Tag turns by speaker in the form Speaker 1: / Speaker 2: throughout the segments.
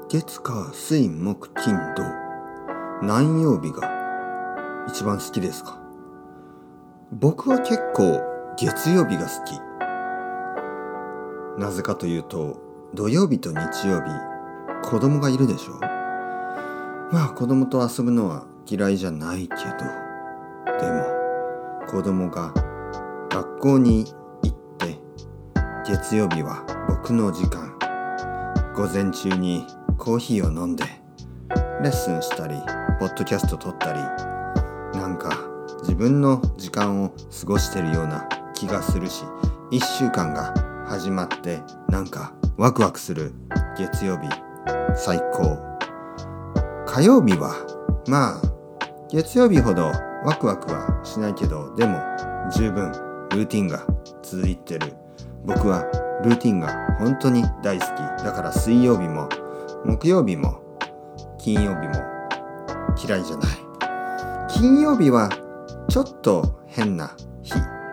Speaker 1: 月火水木金土、何曜日が一番好きですか？僕は結構月曜日が好き。なぜかというと、土曜日と日曜日子供がいるでしょ。まあ子供と遊ぶのは嫌いじゃないけど、でも子供が学校に行って月曜日は僕の時間、午前中にコーヒーを飲んでレッスンしたりポッドキャスト撮ったり、なんか自分の時間を過ごしてるような気がするし、1週間が始まってなんかワクワクする月曜日最高。火曜日はまあ月曜日ほどワクワクはしないけど、でも十分ルーティンが続いてる。僕はルーティンが本当に大好きだから、水曜日も木曜日も金曜日も嫌いじゃない。金曜日はちょっと変な日。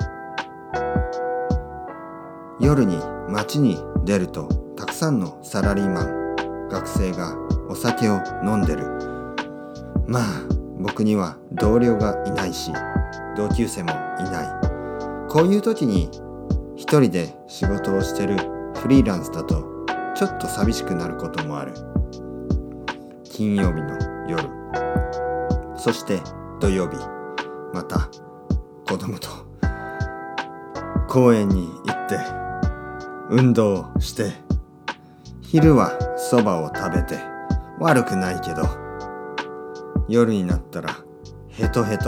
Speaker 1: 夜に街に出るとたくさんのサラリーマン、学生がお酒を飲んでる。まあ僕には同僚がいないし同級生もいない。こういう時に一人で仕事をしてるフリーランスだとちょっと寂しくなることもある。金曜日の夜、そして土曜日、また子供と公園に行って運動して、昼はそばを食べて悪くないけど、夜になったらヘトヘト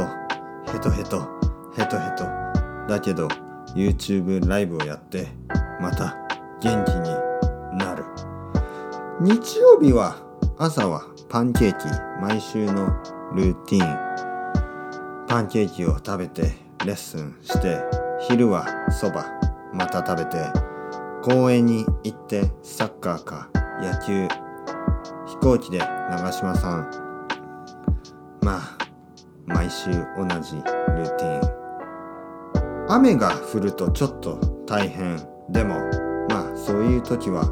Speaker 1: だけど YouTube ライブをやってまた元気になる。日曜日は朝はパンケーキ、毎週のルーティン。パンケーキを食べてレッスンして、昼はそばまた食べて、公園に行ってサッカーか野球、飛行機で長嶋さん。まあ毎週同じルーティン。雨が降るとちょっと大変。でもまあそういう時は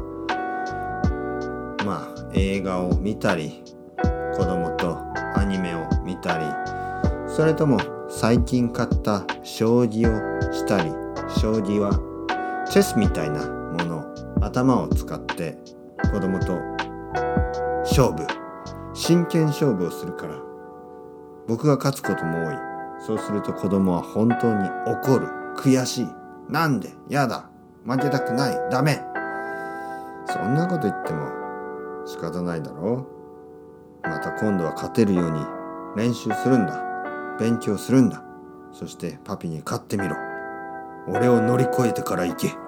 Speaker 1: まあ映画を見たり、子供とアニメを見たり、それとも最近買った将棋をしたり。将棋はチェスみたいなもの、頭を使って子供と真剣勝負をするから、僕が勝つことも多い。そうすると子供は本当に怒る。悔しい。なんで？やだ。負けたくない。ダメ。そんなこと言っても仕方ないだろう。また今度は勝てるように練習するんだ。勉強するんだ。そしてパピに勝ってみろ。俺を乗り越えてから行け。